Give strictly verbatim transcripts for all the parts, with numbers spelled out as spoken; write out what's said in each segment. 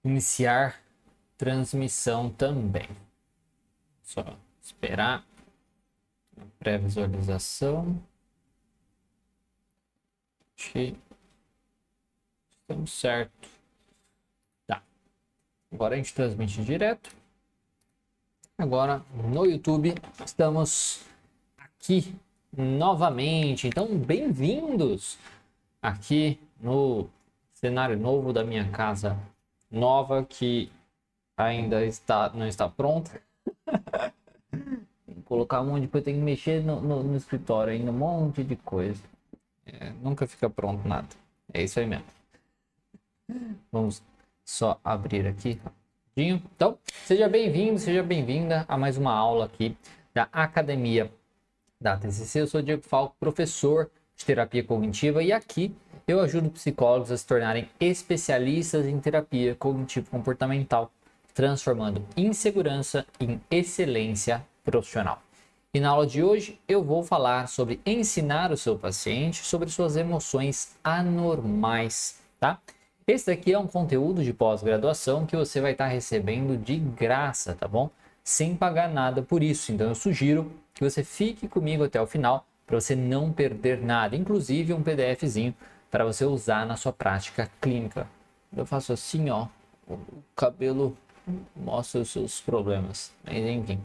iniciar transmissão também. Só esperar a pré-visualização. Acho que estamos certo. Tá. Agora a gente transmite direto. Agora no YouTube estamos aqui novamente. Então, bem-vindos aqui no cenário novo da minha casa nova, que ainda está, não está pronta. Tem que colocar um monte de coisa, tem que mexer no, no, no escritório ainda, um monte de coisa. É, nunca fica pronto nada. É isso aí mesmo. Vamos só abrir aqui rapidinho. Então, seja bem-vindo, seja bem-vinda a mais uma aula aqui da Academia da T C C. Eu sou o Diego Falco, professor de terapia cognitiva, e aqui eu ajudo psicólogos a se tornarem especialistas em terapia cognitivo-comportamental, transformando insegurança em excelência profissional. E na aula de hoje eu vou falar sobre ensinar o seu paciente sobre suas emoções anormais, tá? Esse daqui é um conteúdo de pós-graduação que você vai estar recebendo de graça, tá bom? Sem pagar nada por isso. Então eu sugiro que você fique comigo até o final para você não perder nada, inclusive um PDFzinho para você usar na sua prática clínica. Eu faço assim, ó, o cabelo mostra os seus problemas, mas enfim,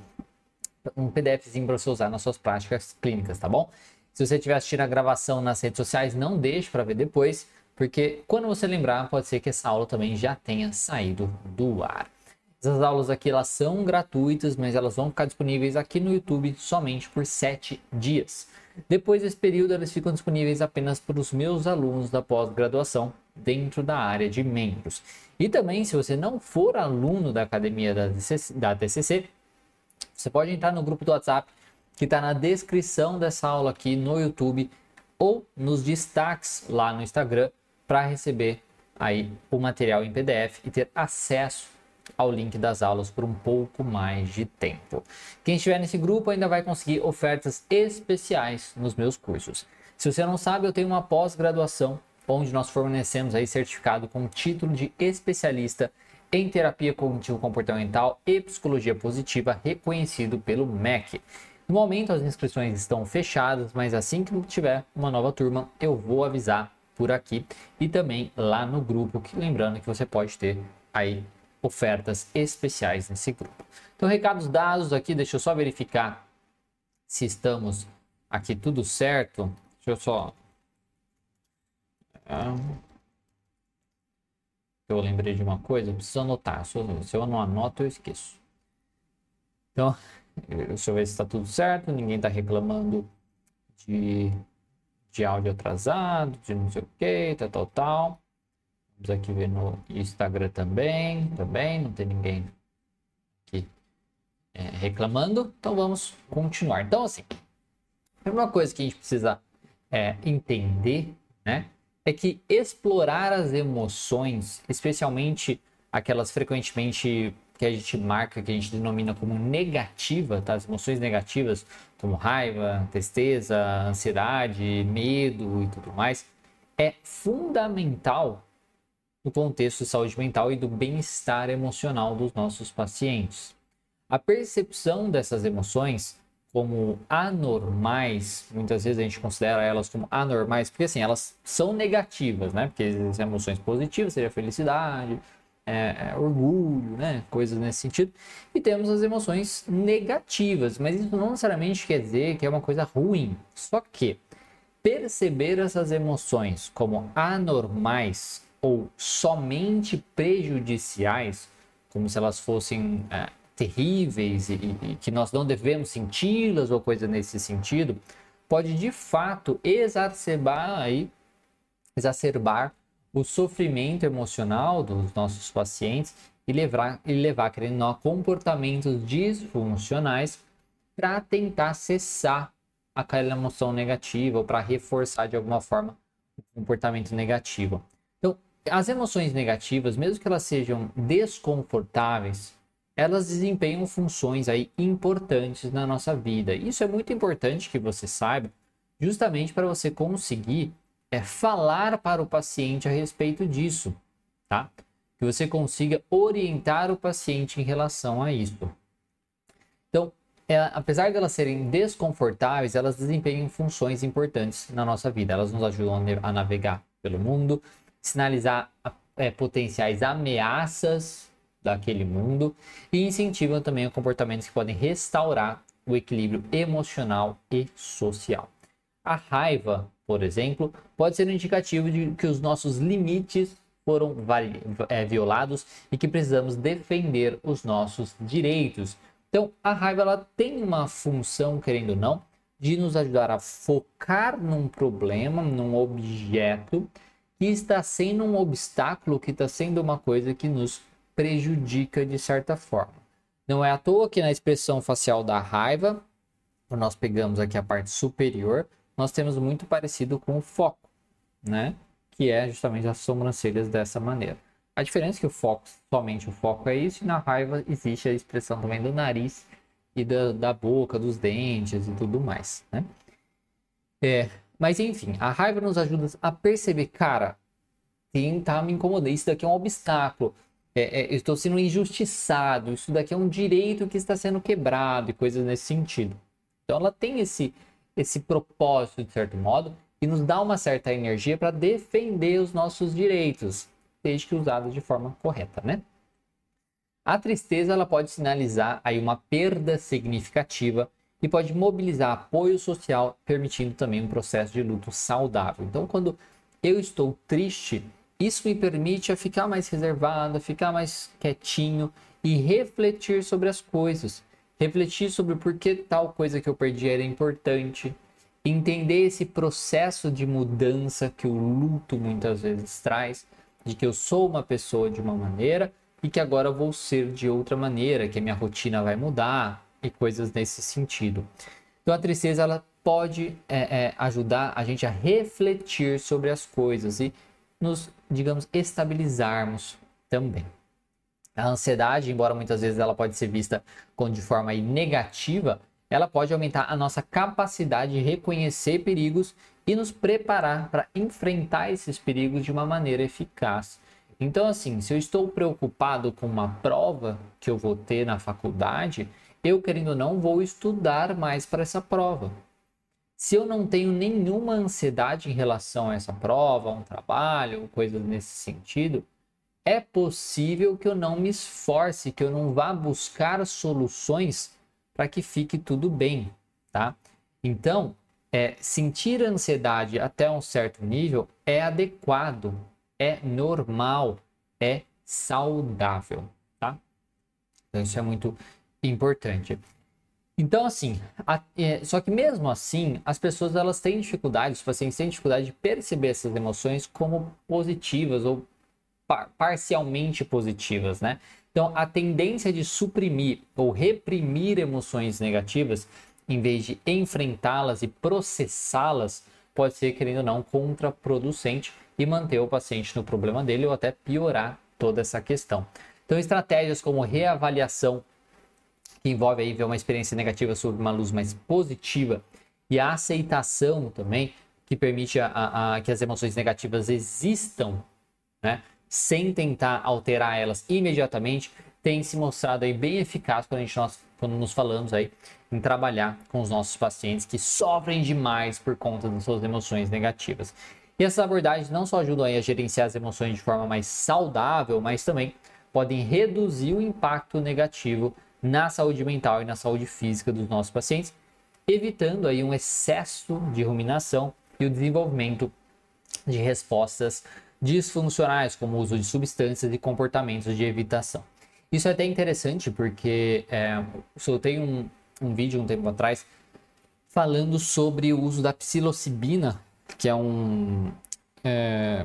um PDFzinho para você usar nas suas práticas clínicas, tá bom? Se você estiver assistindo a gravação nas redes sociais, não deixe para ver depois, porque quando você lembrar, pode ser que essa aula também já tenha saído do ar. Essas aulas aqui, elas são gratuitas, mas elas vão ficar disponíveis aqui no YouTube somente por sete dias. Depois desse período, elas ficam disponíveis apenas para os meus alunos da pós-graduação dentro da área de membros. E também, se você não for aluno da Academia da T C C, você pode entrar no grupo do WhatsApp que está na descrição dessa aula aqui no YouTube ou nos destaques lá no Instagram para receber aí o material em P D F e ter acesso ao link das aulas por um pouco mais de tempo. Quem estiver nesse grupo ainda vai conseguir ofertas especiais nos meus cursos. Se você não sabe, eu tenho uma pós-graduação onde nós fornecemos aí certificado com título de especialista em terapia cognitivo-comportamental e psicologia positiva, reconhecido pelo M E C. No momento as inscrições estão fechadas, mas assim que tiver uma nova turma, eu vou avisar por aqui e também lá no grupo, que lembrando que você pode ter aí ofertas especiais nesse grupo. Então, recados dados aqui, deixa eu só verificar se estamos aqui tudo certo. Deixa eu só... Eu lembrei de uma coisa, eu preciso anotar. Se eu não anoto, eu esqueço. Então, deixa eu ver se está tudo certo. Ninguém está reclamando de, de áudio atrasado, de não sei o que, tal, tal, tal. Vamos aqui ver no Instagram também, também, não tem ninguém aqui é, reclamando. Então vamos continuar. Então, assim, a primeira coisa que a gente precisa é, entender, né, é que explorar as emoções, especialmente aquelas frequentemente que a gente marca, que a gente denomina como negativa, tá? As emoções negativas, como raiva, tristeza, ansiedade, medo e tudo mais, é fundamental no contexto de saúde mental e do bem-estar emocional dos nossos pacientes. A percepção dessas emoções como anormais, muitas vezes a gente considera elas como anormais, porque assim, elas são negativas, né? Porque existem emoções positivas, seria felicidade, é, é, orgulho, né? Coisas nesse sentido. E temos as emoções negativas, mas isso não necessariamente quer dizer que é uma coisa ruim. Só que perceber essas emoções como anormais ou somente prejudiciais, como se elas fossem é, terríveis e, e que nós não devemos senti-las ou coisa nesse sentido, pode de fato exacerbar, aí, exacerbar o sofrimento emocional dos nossos pacientes e levar, e levar querendo a comportamentos disfuncionais para tentar cessar aquela emoção negativa ou para reforçar de alguma forma o comportamento negativo. Então, as emoções negativas, mesmo que elas sejam desconfortáveis, elas desempenham funções aí importantes na nossa vida. Isso é muito importante que você saiba, justamente para você conseguir é, falar para o paciente a respeito disso, tá? que você consiga orientar o paciente em relação a isso. Então, é, apesar de elas serem desconfortáveis, elas desempenham funções importantes na nossa vida. Elas nos ajudam a navegar pelo mundo, sinalizar é, potenciais ameaças daquele mundo e incentivam também comportamentos que podem restaurar o equilíbrio emocional e social. A raiva, por exemplo, pode ser um indicativo de que os nossos limites foram é, violados e que precisamos defender os nossos direitos. Então, a raiva ela tem uma função, querendo ou não, de nos ajudar a focar num problema, num objeto que está sendo um obstáculo, que está sendo uma coisa que nos prejudica de certa forma. Não é à toa que na expressão facial da raiva, quando nós pegamos aqui a parte superior, nós temos muito parecido com o foco, né? Que é justamente as sobrancelhas dessa maneira. A diferença é que o foco, somente o foco é isso, e na raiva existe a expressão também do nariz e da, da boca, dos dentes e tudo mais, né? É, mas enfim, a raiva nos ajuda a perceber, cara, sim, tá me incomodando, isso daqui é um obstáculo, é, é, eu estou sendo injustiçado, isso daqui é um direito que está sendo quebrado e coisas nesse sentido. Então ela tem esse, esse propósito, de certo modo, e nos dá uma certa energia para defender os nossos direitos, desde que usada de forma correta, né? A tristeza ela pode sinalizar aí uma perda significativa e pode mobilizar apoio social, permitindo também um processo de luto saudável. Então, quando eu estou triste, isso me permite a ficar mais reservado, ficar mais quietinho e refletir sobre as coisas. Refletir sobre por que tal coisa que eu perdi era importante. Entender esse processo de mudança que o luto muitas vezes traz, de que eu sou uma pessoa de uma maneira e que agora vou ser de outra maneira, que a minha rotina vai mudar e coisas nesse sentido. Então a tristeza ela pode é, é, ajudar a gente a refletir sobre as coisas e nos, digamos, estabilizarmos também. A ansiedade, embora muitas vezes ela pode ser vista como de forma negativa, ela pode aumentar a nossa capacidade de reconhecer perigos e nos preparar para enfrentar esses perigos de uma maneira eficaz. Então, assim, se eu estou preocupado com uma prova que eu vou ter na faculdade, eu, querendo ou não, vou estudar mais para essa prova. Se eu não tenho nenhuma ansiedade em relação a essa prova, a um trabalho, coisas nesse sentido, é possível que eu não me esforce, que eu não vá buscar soluções para que fique tudo bem, tá? Então, é, sentir ansiedade até um certo nível é adequado, é normal, é saudável, tá? Então, isso é muito importante. Então, assim, a, é, só que mesmo assim, as pessoas elas têm dificuldade, os pacientes têm dificuldade de perceber essas emoções como positivas ou par, parcialmente positivas, né? Então, a tendência de suprimir ou reprimir emoções negativas, em vez de enfrentá-las e processá-las, pode ser, querendo ou não, contraproducente e manter o paciente no problema dele ou até piorar toda essa questão. Então, estratégias como reavaliação, que envolve aí ver uma experiência negativa sob uma luz mais positiva, e a aceitação também, que permite a, a, a, que as emoções negativas existam, né, sem tentar alterar elas imediatamente, tem se mostrado aí bem eficaz quando, a gente, nós, quando nos falamos aí em trabalhar com os nossos pacientes que sofrem demais por conta das suas emoções negativas. E essas abordagens não só ajudam aí a gerenciar as emoções de forma mais saudável, mas também podem reduzir o impacto negativo na saúde mental e na saúde física dos nossos pacientes, evitando aí um excesso de ruminação e o desenvolvimento de respostas disfuncionais, como o uso de substâncias e comportamentos de evitação. Isso é até interessante porque é, soltei um, um vídeo um tempo atrás falando sobre o uso da psilocibina, que é um... É,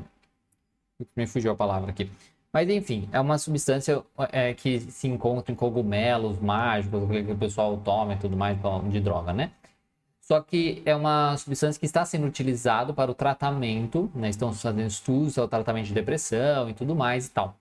me fugiu a palavra aqui. Mas enfim, é uma substância é, que se encontra em cogumelos mágicos, que o pessoal toma e tudo mais de droga, né? Só que é uma substância que está sendo utilizada para o tratamento, né? Estão fazendo estudos para o tratamento de depressão e tudo mais e tal.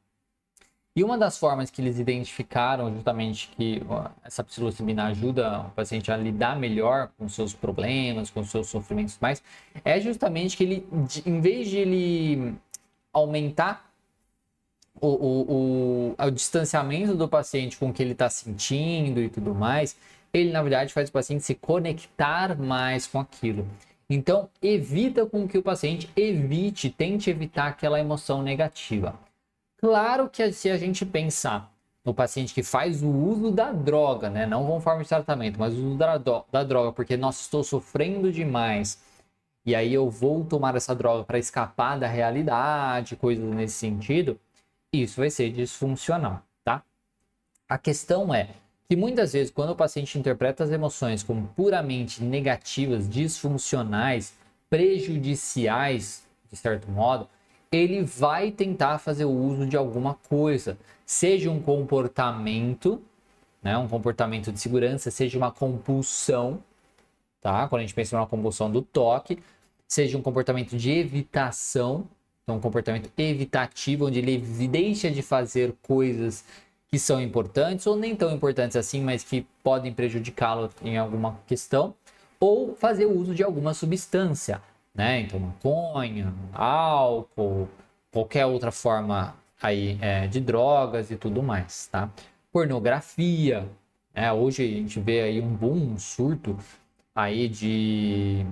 E uma das formas que eles identificaram justamente que essa psilocibina ajuda o paciente a lidar melhor com seus problemas, com seus sofrimentos mais, é justamente que ele, em vez de ele aumentar o, o, o, o distanciamento do paciente com o que ele está sentindo e tudo mais, ele na verdade faz o paciente se conectar mais com aquilo. Então, evita com que o paciente evite, tente evitar aquela emoção negativa. Claro que se a gente pensar no paciente que faz o uso da droga, né, não conforme o tratamento, mas o uso da, da droga, porque, nossa, estou sofrendo demais, e aí eu vou tomar essa droga para escapar da realidade, coisas nesse sentido, isso vai ser disfuncional, tá? A questão é que muitas vezes, quando o paciente interpreta as emoções como puramente negativas, disfuncionais, prejudiciais, de certo modo, ele vai tentar fazer o uso de alguma coisa, seja um comportamento, né, um comportamento de segurança, seja uma compulsão, tá? Quando a gente pensa numa compulsão do toque, seja um comportamento de evitação, então um comportamento evitativo, onde ele deixa de fazer coisas que são importantes ou nem tão importantes assim, mas que podem prejudicá-lo em alguma questão, ou fazer o uso de alguma substância, né? Então, maconha, álcool, qualquer outra forma aí é, de drogas e tudo mais, tá? Pornografia, né? Hoje a gente vê aí um boom, um surto aí de,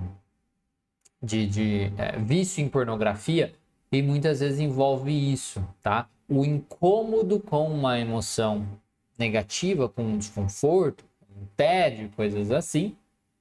de, de é, vício em pornografia e muitas vezes envolve isso, tá? O incômodo com uma emoção negativa, com um desconforto, um tédio, coisas assim,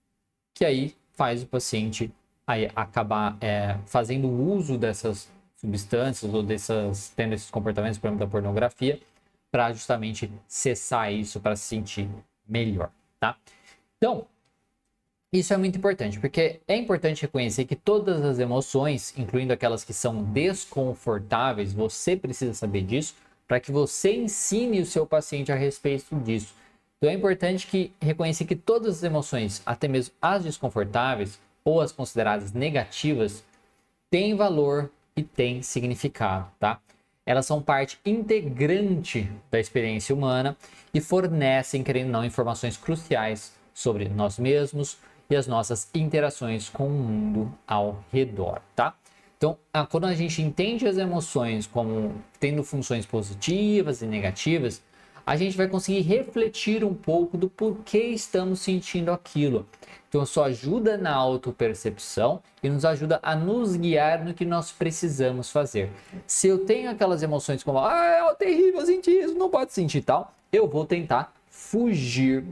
que aí faz o paciente aí acabar é, fazendo uso dessas substâncias ou dessas, tendo esses comportamentos, por exemplo, da pornografia, para justamente cessar isso, para se sentir melhor, tá? Então, isso é muito importante, porque é importante reconhecer que todas as emoções, incluindo aquelas que são desconfortáveis, você precisa saber disso para que você ensine o seu paciente a respeito disso. Então é importante que reconhecer que todas as emoções, até mesmo as desconfortáveis ou as consideradas negativas, têm valor e têm significado, tá? Elas são parte integrante da experiência humana e fornecem, querendo ou não, informações cruciais sobre nós mesmos e as nossas interações com o mundo ao redor, tá? Então, quando a gente entende as emoções como tendo funções positivas e negativas, a gente vai conseguir refletir um pouco do porquê estamos sentindo aquilo. Então, isso ajuda na autopercepção e nos ajuda a nos guiar no que nós precisamos fazer. Se eu tenho aquelas emoções como, ah, é terrível sentir isso, não pode sentir tal, eu vou tentar fugir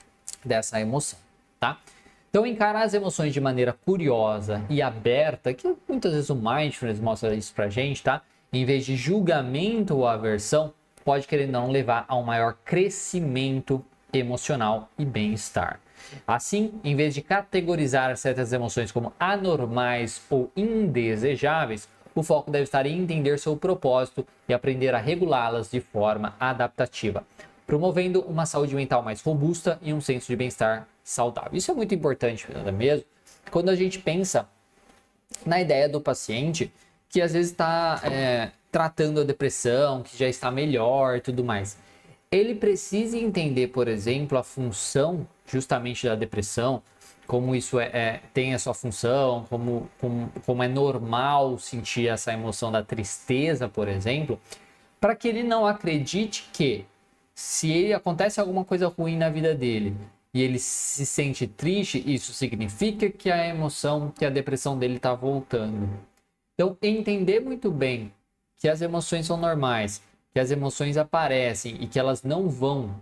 dessa emoção, tá? Então, encarar as emoções de maneira curiosa e aberta, que muitas vezes o Mindfulness mostra isso pra gente, tá? Em vez de julgamento ou aversão, pode, querer não, levar a um maior crescimento emocional e bem-estar. Assim, em vez de categorizar certas emoções como anormais ou indesejáveis, o foco deve estar em entender seu propósito e aprender a regulá-las de forma adaptativa, promovendo uma saúde mental mais robusta e um senso de bem-estar saudável. Isso é muito importante, não é mesmo? Quando a gente pensa na ideia do paciente que às vezes está é, tratando a depressão, que já está melhor e tudo mais, ele precisa entender, por exemplo, a função justamente da depressão, como isso é, é, tem a sua função, como, como, como é normal sentir essa emoção da tristeza, por exemplo, para que ele não acredite que se ele acontece alguma coisa ruim na vida dele e ele se sente triste, isso significa que a emoção, que a depressão dele está voltando. Então, entender muito bem que as emoções são normais, que as emoções aparecem e que elas não vão,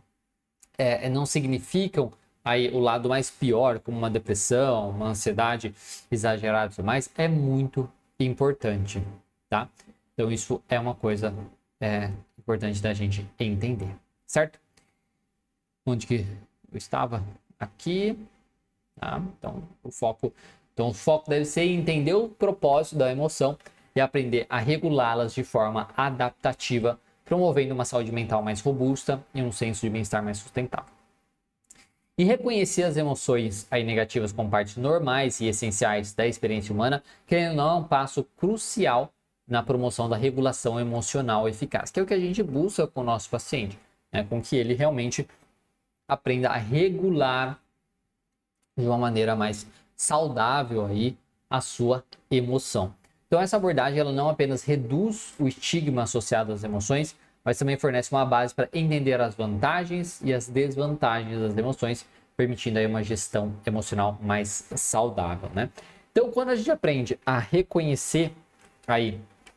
é, não significam aí o lado mais pior, como uma depressão, uma ansiedade exagerada e tudo mais, é muito importante, tá? Então, isso é uma coisa é, importante da gente entender, certo? Onde que eu estava? Aqui, tá? Então, o foco, então, o foco deve ser entender o propósito da emoção e aprender a regulá-las de forma adaptativa, promovendo uma saúde mental mais robusta e um senso de bem-estar mais sustentável. E reconhecer as emoções aí negativas como partes normais e essenciais da experiência humana, querendo ou não, é um passo crucial na promoção da regulação emocional eficaz, que é o que a gente busca com o nosso paciente, né? Com que ele realmente aprenda a regular de uma maneira mais saudável aí a sua emoção. Então essa abordagem ela não apenas reduz o estigma associado às emoções, mas também fornece uma base para entender as vantagens e as desvantagens das emoções, permitindo aí uma gestão emocional mais saudável, né? Então, quando a gente aprende a reconhecer aí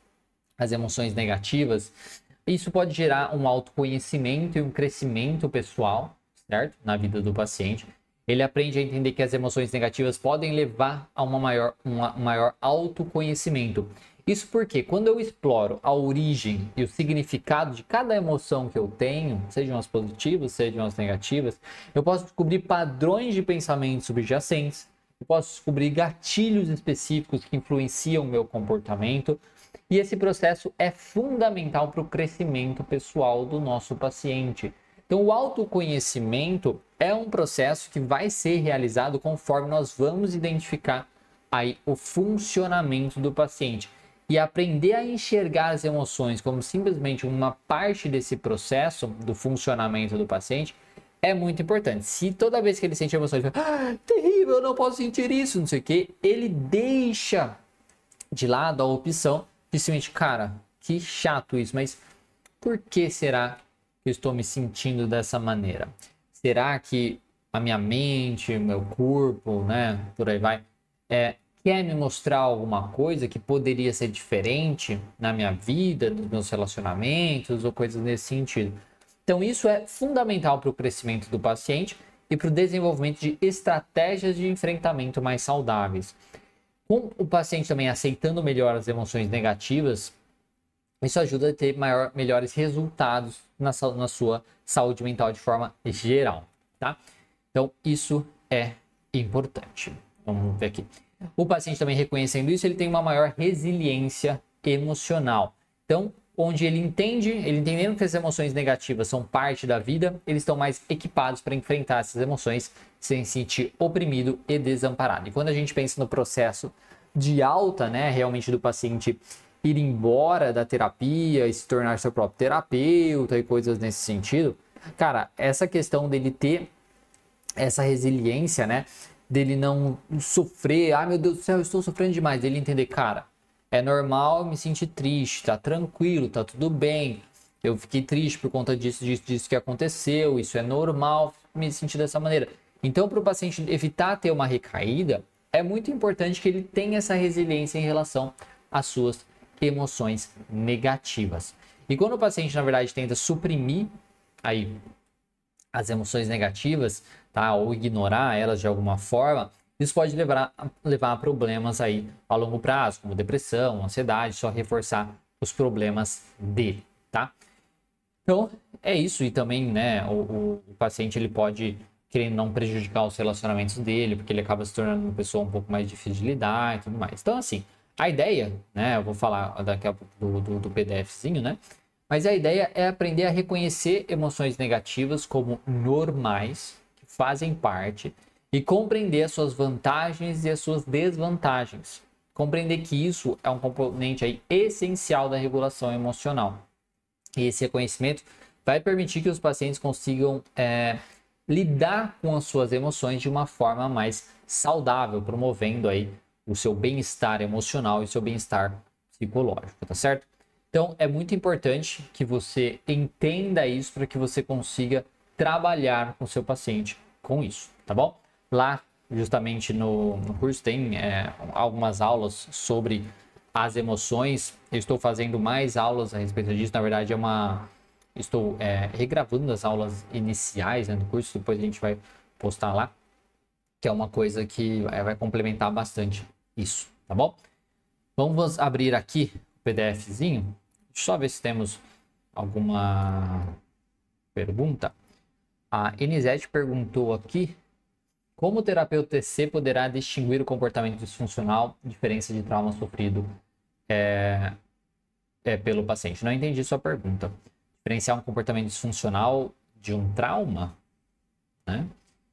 as emoções negativas, isso pode gerar um autoconhecimento e um crescimento pessoal, certo? Na vida do paciente. Ele aprende a entender que as emoções negativas podem levar a uma maior, uma, um maior autoconhecimento. Isso porque quando eu exploro a origem e o significado de cada emoção que eu tenho, sejam as positivas, sejam as negativas, eu posso descobrir padrões de pensamento subjacentes, eu posso descobrir gatilhos específicos que influenciam o meu comportamento, e esse processo é fundamental para o crescimento pessoal do nosso paciente. Então, o autoconhecimento é um processo que vai ser realizado conforme nós vamos identificar aí o funcionamento do paciente. E aprender a enxergar as emoções como simplesmente uma parte desse processo do funcionamento do paciente é muito importante. Se toda vez que ele sente emoções, ele fala, ah, terrível, eu não posso sentir isso, não sei o que, ele deixa de lado a opção de simplesmente, cara, que chato isso, mas por que será que eu estou me sentindo dessa maneira? Será que a minha mente, o meu corpo, né, por aí vai, é, quer me mostrar alguma coisa que poderia ser diferente na minha vida, nos meus relacionamentos ou coisas nesse sentido? Então, isso é fundamental para o crescimento do paciente e para o desenvolvimento de estratégias de enfrentamento mais saudáveis. Com o paciente também aceitando melhor as emoções negativas, isso ajuda a ter maior, melhores resultados na, na sua saúde mental de forma geral, tá? Então, isso é importante. Vamos ver aqui. O paciente também reconhecendo isso, ele tem uma maior resiliência emocional. Então, onde ele entende, ele entendendo que as emoções negativas são parte da vida, eles estão mais equipados para enfrentar essas emoções sem se sentir oprimido e desamparado. E quando a gente pensa no processo de alta, né, realmente do paciente ir embora da terapia e se tornar seu próprio terapeuta e coisas nesse sentido, cara, essa questão dele ter essa resiliência, né, dele não sofrer, ah, meu Deus do céu, eu estou sofrendo demais, dele entender, cara, é normal eu me sentir triste, tá tranquilo, tá tudo bem, eu fiquei triste por conta disso, disso, disso que aconteceu, isso é normal me sentir dessa maneira. Então, para o paciente evitar ter uma recaída, é muito importante que ele tenha essa resiliência em relação às suas emoções negativas. E quando o paciente, na verdade, tenta suprimir aí as emoções negativas, tá, ou ignorar elas de alguma forma, isso pode levar a, levar a problemas aí a longo prazo, como depressão, ansiedade, só reforçar os problemas dele, tá? Então, é isso. E também, né, o, o, o paciente ele pode querer não prejudicar os relacionamentos dele, porque ele acaba se tornando uma pessoa um pouco mais difícil de lidar e tudo mais. Então, assim, a ideia, né, eu vou falar daqui a pouco do, do, do PDFzinho, né, mas a ideia é aprender a reconhecer emoções negativas como normais, que fazem parte, e compreender as suas vantagens e as suas desvantagens. Compreender que isso é um componente aí essencial da regulação emocional. E esse reconhecimento vai permitir que os pacientes consigam é, lidar com as suas emoções de uma forma mais saudável, promovendo aí o seu bem-estar emocional e o seu bem-estar psicológico, tá certo? Então, é muito importante que você entenda isso para que você consiga trabalhar com o seu paciente com isso, tá bom? Lá, justamente no, no curso, tem é, algumas aulas sobre as emoções. Eu estou fazendo mais aulas a respeito disso. Na verdade, é uma... estou é, regravando as aulas iniciais, né, do curso. Depois a gente vai postar lá, que é uma coisa que é, vai complementar bastante isso, tá bom? Vamos abrir aqui o PDFzinho. Deixa eu só ver se temos alguma pergunta. A Enisete perguntou aqui: como o terapeuta T C poderá distinguir o comportamento disfuncional, diferença de trauma sofrido é, é, pelo paciente? Não entendi sua pergunta. Diferenciar um comportamento disfuncional de um trauma, né?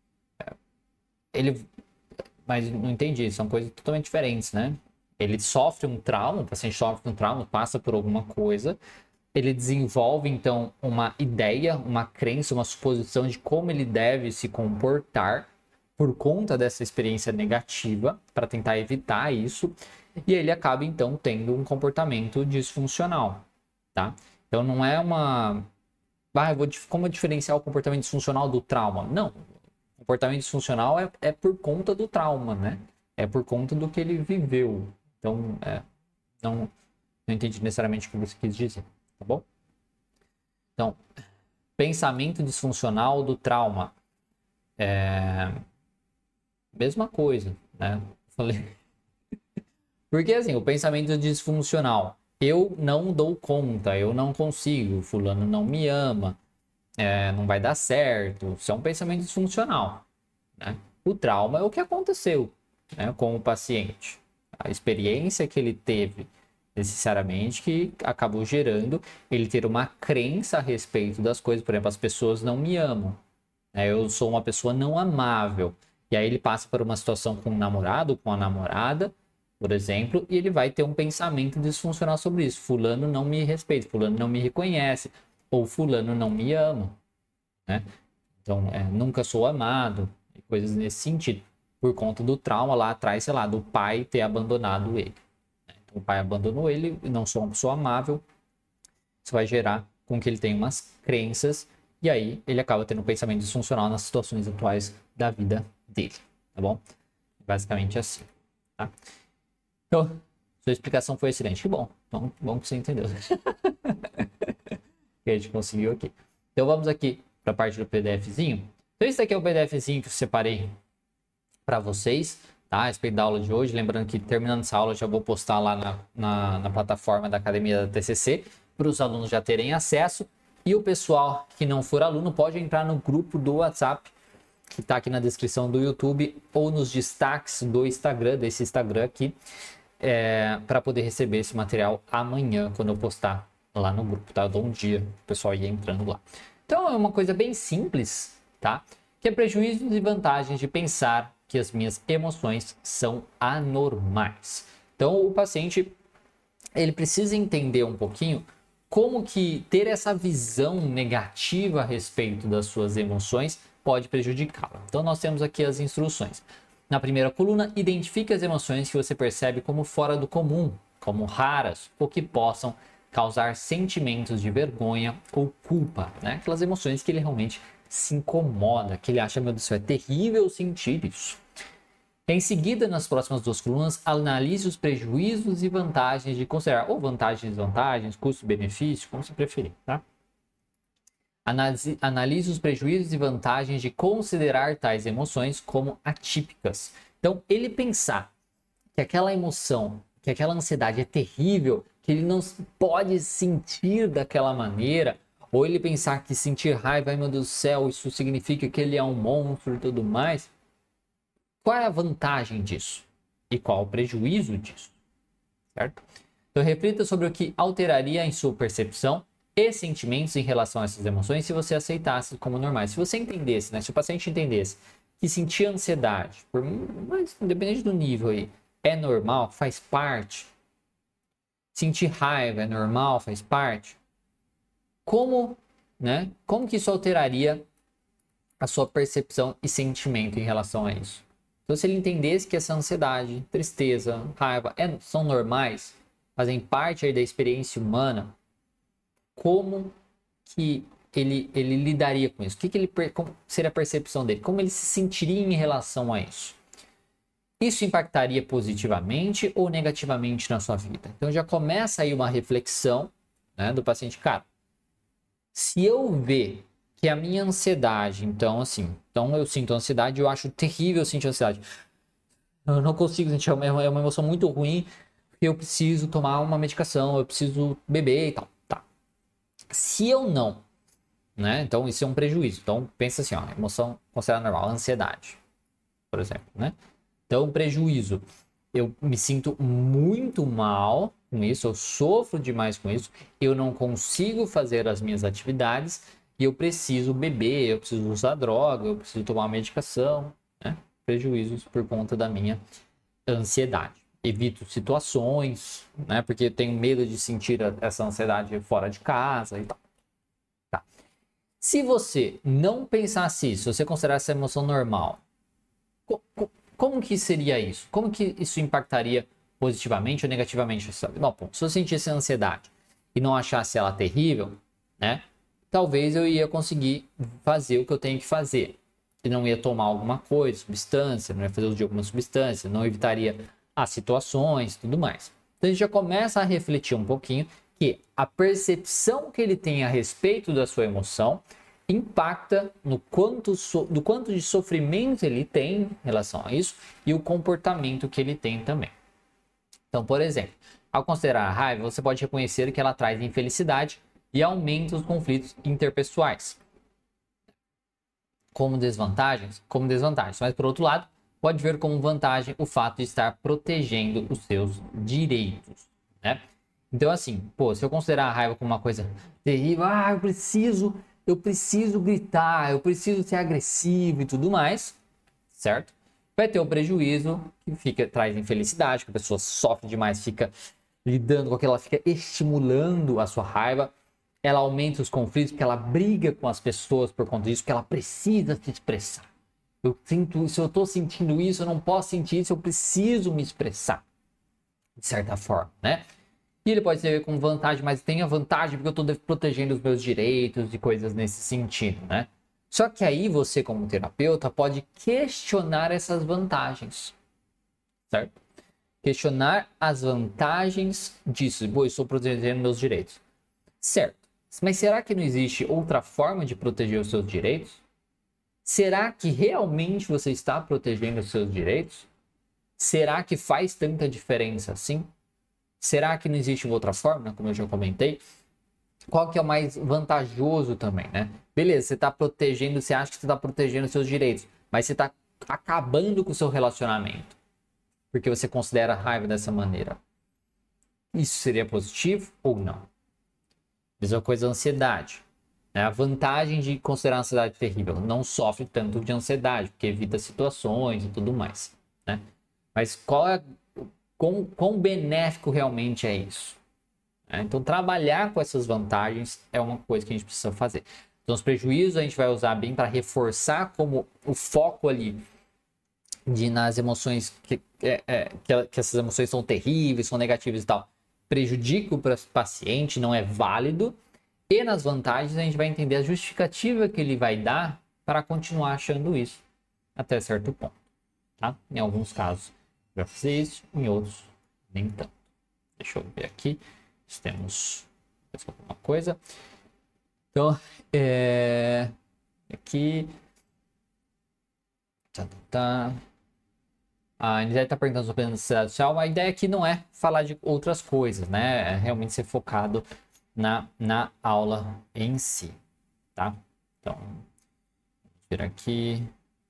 Ele, mas não entendi, são coisas totalmente diferentes, né? Ele sofre um trauma, o paciente sofre um trauma, passa por alguma coisa, ele desenvolve então uma ideia, uma crença, uma suposição de como ele deve se comportar por conta dessa experiência negativa, para tentar evitar isso. e ele acaba então tendo um comportamento disfuncional, tá? Então não é uma... Ah, eu vou... como diferenciar o comportamento disfuncional do trauma? Não, o comportamento disfuncional é, é por conta do trauma, né? É por conta do que ele viveu. Então, é, não, não entendi necessariamente o que você quis dizer, tá bom? Então, pensamento disfuncional do trauma. É... Mesma coisa, né? Falei. Porque assim, o pensamento disfuncional. Eu não dou conta, eu não consigo, fulano não me ama, é, não vai dar certo. Isso é um pensamento disfuncional, né? O trauma é o que aconteceu, né, com o paciente. A experiência que ele teve, necessariamente, que acabou gerando ele ter uma crença a respeito das coisas. Por exemplo, as pessoas não me amam, né? Eu sou uma pessoa não amável. E aí ele passa por uma situação com um namorado, com a namorada, por exemplo, e ele vai ter um pensamento disfuncional sobre isso. Fulano não me respeita, fulano não me reconhece, ou fulano não me ama, né? Então, é, nunca sou amado, e coisas nesse sentido. Por conta do trauma lá atrás, sei lá, do pai ter abandonado ele. Então, o pai abandonou ele, não sou uma pessoa amável. Isso vai gerar com que ele tenha umas crenças, e aí ele acaba tendo um pensamento disfuncional nas situações atuais da vida dele, tá bom? Basicamente assim, tá? Então, sua explicação foi excelente. Que bom, bom, bom que você entendeu. Que a gente conseguiu aqui. Então vamos aqui para a parte do PDFzinho. Então esse aqui é o PDFzinho que eu separei para vocês, tá? A respeito da aula de hoje. Lembrando que terminando essa aula eu já vou postar lá na, na, na plataforma da Academia da T C C para os alunos já terem acesso. E o pessoal que não for aluno pode entrar no grupo do WhatsApp que está aqui na descrição do YouTube ou nos destaques do Instagram, desse Instagram aqui, é, para poder receber esse material amanhã, quando eu postar lá no grupo, tá? Eu dou um dia, o pessoal ia entrando lá. Então é uma coisa bem simples, tá? Que é prejuízos e vantagens de pensar que as minhas emoções são anormais. Então o paciente, ele precisa entender um pouquinho como que ter essa visão negativa a respeito das suas emoções pode prejudicá-la. Então nós temos aqui as instruções. Na primeira coluna, identifique as emoções que você percebe como fora do comum, como raras ou que possam causar sentimentos de vergonha ou culpa, né? Aquelas emoções que ele realmente se incomoda, que ele acha, meu Deus, é terrível sentir isso. Em seguida, nas próximas duas colunas, analise os prejuízos e vantagens de considerar, ou vantagens e desvantagens, custo-benefício, como você preferir, tá? Analise, analise os prejuízos e vantagens de considerar tais emoções como atípicas. Então, ele pensar que aquela emoção, que aquela ansiedade é terrível, que ele não pode sentir daquela maneira, ou ele pensar que sentir raiva, ai meu Deus do céu, isso significa que ele é um monstro e tudo mais. Qual é a vantagem disso? E qual o prejuízo disso? Certo? Então, reflita sobre o que alteraria em sua percepção e sentimentos em relação a essas emoções se você aceitasse como normais. Se você entendesse, né? Se o paciente entendesse que sentir ansiedade, por, mas independente do nível aí, é normal, faz parte. Sentir raiva é normal, faz parte. Como, né? Como que isso alteraria a sua percepção e sentimento em relação a isso? Então, se ele entendesse que essa ansiedade, tristeza, raiva é, são normais, fazem parte aí da experiência humana, como que ele, ele lidaria com isso? O que, que ele, como seria a percepção dele? Como ele se sentiria em relação a isso? Isso impactaria positivamente ou negativamente na sua vida? Então já começa aí uma reflexão, né, do paciente. Cara, se eu ver que a minha ansiedade, então assim, então eu sinto ansiedade, eu acho terrível sentir ansiedade. Eu não consigo sentir, é uma, é uma emoção muito ruim, porque eu preciso tomar uma medicação, eu preciso beber e tal. Tá. Se eu não, né? Então isso é um prejuízo. Então pensa assim, ó, emoção considerada normal, ansiedade, por exemplo, né? Então prejuízo, eu me sinto muito mal com isso, eu sofro demais com isso, eu não consigo fazer as minhas atividades e eu preciso beber, eu preciso usar droga, eu preciso tomar medicação, né? Prejuízos por conta da minha ansiedade. Evito situações, né? Porque eu tenho medo de sentir essa ansiedade fora de casa e tal. Tá. Se você não pensasse isso, se você considerasse essa emoção normal, co- co- como que seria isso? Como que isso impactaria positivamente ou negativamente. Não, pô, se eu sentisse ansiedade e não achasse ela terrível, né? Talvez eu ia conseguir fazer o que eu tenho que fazer. E não ia tomar alguma coisa, substância, não ia fazer uso de alguma substância, não evitaria as situações e tudo mais. Então a gente já começa a refletir um pouquinho que a percepção que ele tem a respeito da sua emoção impacta no quanto, so, do quanto de sofrimento ele tem em relação a isso e o comportamento que ele tem também. Então, por exemplo, ao considerar a raiva, você pode reconhecer que ela traz infelicidade e aumenta os conflitos interpessoais. Como desvantagens? Como desvantagens. Mas, por outro lado, pode ver como vantagem o fato de estar protegendo os seus direitos, né? Então, assim, pô, se eu considerar a raiva como uma coisa terrível, ah, eu preciso, eu preciso gritar, eu preciso ser agressivo e tudo mais, certo? Vai ter o prejuízo que fica, traz infelicidade, que a pessoa sofre demais, fica lidando com aquilo, ela fica estimulando a sua raiva, ela aumenta os conflitos, porque ela briga com as pessoas por conta disso, porque ela precisa se expressar. Eu sinto, se eu estou sentindo isso, eu não posso sentir isso, eu preciso me expressar, de certa forma, né? E ele pode ser com vantagem, mas tem a vantagem porque eu estou protegendo os meus direitos e coisas nesse sentido, né? Só que aí você, como terapeuta, pode questionar essas vantagens, certo? Questionar as vantagens disso. Pô, eu estou protegendo meus direitos. Certo. Mas será que não existe outra forma de proteger os seus direitos? Será que realmente você está protegendo os seus direitos? Será que faz tanta diferença assim? Será que não existe outra forma, como eu já comentei? Qual que é o mais vantajoso também, né? Beleza, você está protegendo, você acha que você está protegendo os seus direitos, mas você está acabando com o seu relacionamento, porque você considera a raiva dessa maneira. Isso seria positivo ou não? Mesma coisa a ansiedade. Né? A vantagem de considerar a ansiedade terrível, não sofre tanto de ansiedade, porque evita situações e tudo mais, né? Mas qual é, quão, quão benéfico realmente é isso? É, então, trabalhar com essas vantagens é uma coisa que a gente precisa fazer. Então, os prejuízos a gente vai usar bem para reforçar como o foco ali de nas emoções, que, é, é, que, que essas emoções são terríveis, são negativas e tal, prejudica o paciente, não é válido. E nas vantagens a gente vai entender a justificativa que ele vai dar para continuar achando isso até certo ponto, tá? Em alguns casos vai fazer isso, em outros nem tanto. Deixa eu ver aqui se temos alguma coisa. Então, é... aqui... Tá, tá, tá. A Anisete está perguntando sobre a ansiedade social. A ideia aqui não é falar de outras coisas, né? É realmente ser focado na, na aula em si, tá? Então, vamos ver aqui.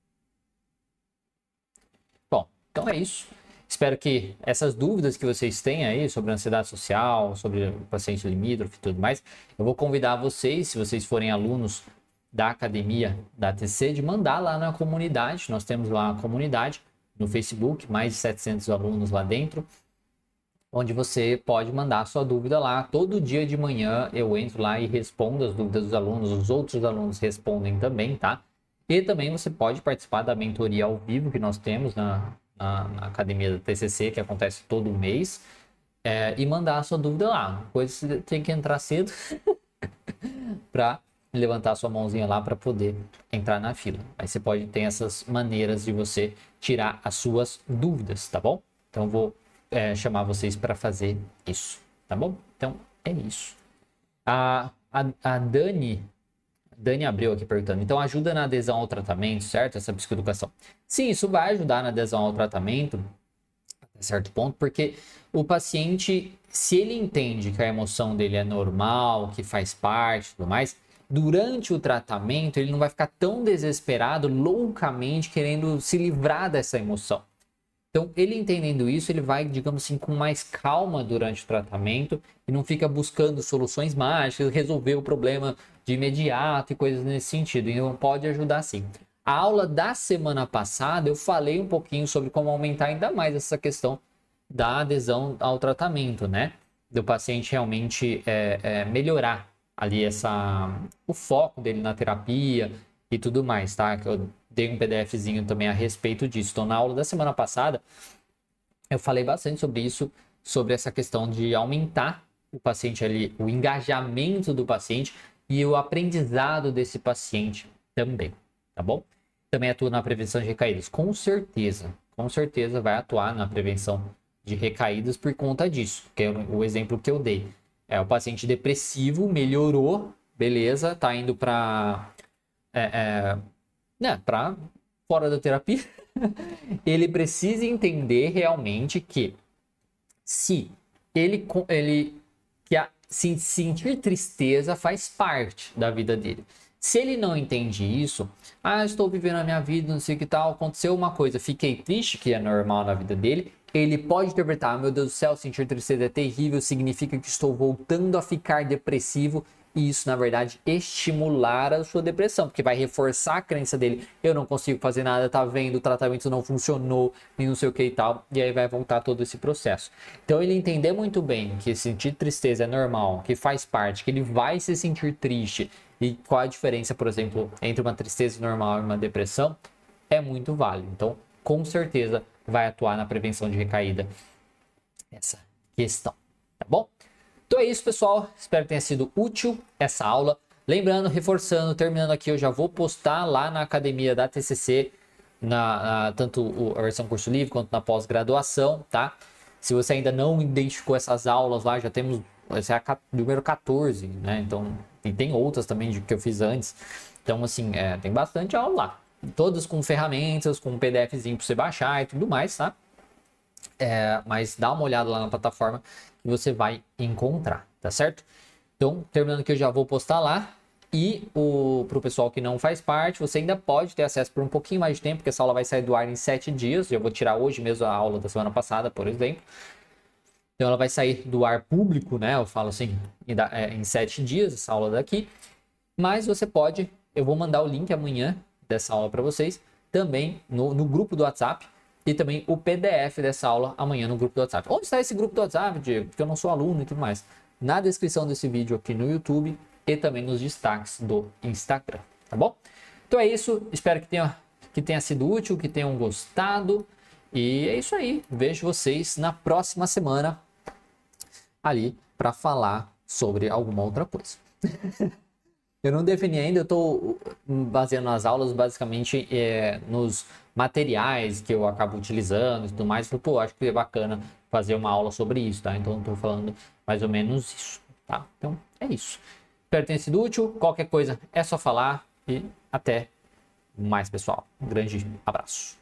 Bom, então é isso. Espero que essas dúvidas que vocês têm aí sobre a ansiedade social, sobre o paciente limítrofe e tudo mais, eu vou convidar vocês, se vocês forem alunos da academia da A T C, de mandar lá na comunidade. Nós temos lá a comunidade no Facebook, mais de setecentos alunos lá dentro, onde você pode mandar a sua dúvida lá. Todo dia de manhã eu entro lá e respondo as dúvidas dos alunos, os outros alunos respondem também, tá? E também você pode participar da mentoria ao vivo que nós temos na, na, na academia da T C C, que acontece todo mês, é, e mandar a sua dúvida lá. Depois você tem que entrar cedo para levantar sua mãozinha lá para poder entrar na fila. Aí você pode ter essas maneiras de você tirar as suas dúvidas, tá bom? Então vou é, chamar vocês para fazer isso, tá bom? Então é isso. A, a, a Dani, Dani Abreu aqui perguntando, então ajuda na adesão ao tratamento, certo? Essa psicoeducação. Sim, isso vai ajudar na adesão ao tratamento, a certo ponto, porque o paciente, se ele entende que a emoção dele é normal, que faz parte e tudo mais, durante o tratamento, ele não vai ficar tão desesperado, loucamente querendo se livrar dessa emoção. Então, ele entendendo isso, ele vai, digamos assim, com mais calma durante o tratamento e não fica buscando soluções mágicas, resolver o problema de imediato e coisas nesse sentido. Então, pode ajudar sim. A aula da semana passada, eu falei um pouquinho sobre como aumentar ainda mais essa questão da adesão ao tratamento, né? Do paciente realmente é, é, melhorar ali essa, o foco dele na terapia e tudo mais, tá? Que eu dei um PDFzinho também a respeito disso. Então, na aula da semana passada, eu falei bastante sobre isso, sobre essa questão de aumentar o paciente ali, o engajamento do paciente e o aprendizado desse paciente também, tá bom? Também atua na prevenção de recaídas, com certeza, com certeza vai atuar na prevenção de recaídas por conta disso, que é o exemplo que eu dei. É, o paciente depressivo melhorou, beleza, tá indo para é, é, né, para fora da terapia. Ele precisa entender realmente que se ele, ele que a, se sentir tristeza faz parte da vida dele. Se ele não entende isso, ah, estou vivendo a minha vida, não sei o que tal, aconteceu uma coisa, fiquei triste, que é normal na vida dele, ele pode interpretar, ah, meu Deus do céu, sentir tristeza é terrível, significa que estou voltando a ficar depressivo, e isso, na verdade, estimular a sua depressão, porque vai reforçar a crença dele, eu não consigo fazer nada, tá vendo, o tratamento não funcionou, e não sei o que e tal, e aí vai voltar todo esse processo. Então, ele entender muito bem que sentir tristeza é normal, que faz parte, que ele vai se sentir triste, e qual a diferença, por exemplo, entre uma tristeza normal e uma depressão, é muito válido. Então, com certeza, vai atuar na prevenção de recaída essa questão, tá bom? Então é isso, pessoal. Espero que tenha sido útil essa aula. Lembrando, reforçando, terminando aqui, eu já vou postar lá na academia da T C C, na, na, tanto a versão curso livre quanto na pós-graduação, tá? Se você ainda não identificou essas aulas lá, já temos, essa é a número quatorze, né? Então, e tem outras também de, que eu fiz antes. Então, assim, é, tem bastante aula lá. Todas com ferramentas, com um PDFzinho para você baixar e tudo mais, tá? É, mas dá uma olhada lá na plataforma que você vai encontrar, tá certo? Então, terminando aqui, eu já vou postar lá. E para o pessoal que não faz parte, você ainda pode ter acesso por um pouquinho mais de tempo, porque essa aula vai sair do ar em sete dias. Eu vou tirar hoje mesmo a aula da semana passada, por exemplo. Então, ela vai sair do ar público, né? Eu falo assim, em, é, em sete dias, essa aula daqui. Mas você pode, eu vou mandar o link amanhã dessa aula para vocês, também no, no grupo do WhatsApp. E também o P D F dessa aula amanhã no grupo do WhatsApp. Onde está esse grupo do WhatsApp, Diego? Porque eu não sou aluno e tudo mais. Na descrição desse vídeo aqui no YouTube e também nos destaques do Instagram, tá bom? Então é isso. Espero que tenha, que tenha sido útil, que tenham gostado. E é isso aí. Vejo vocês na próxima semana ali para falar sobre alguma outra coisa. Eu não defini ainda, eu estou baseando as aulas basicamente é, nos materiais que eu acabo utilizando e tudo mais. Falei, pô, acho que é bacana fazer uma aula sobre isso, tá? Então, estou falando mais ou menos isso, tá? Então, é isso. Espero que tenha sido útil. Qualquer coisa é só falar e até mais, pessoal. Um grande abraço.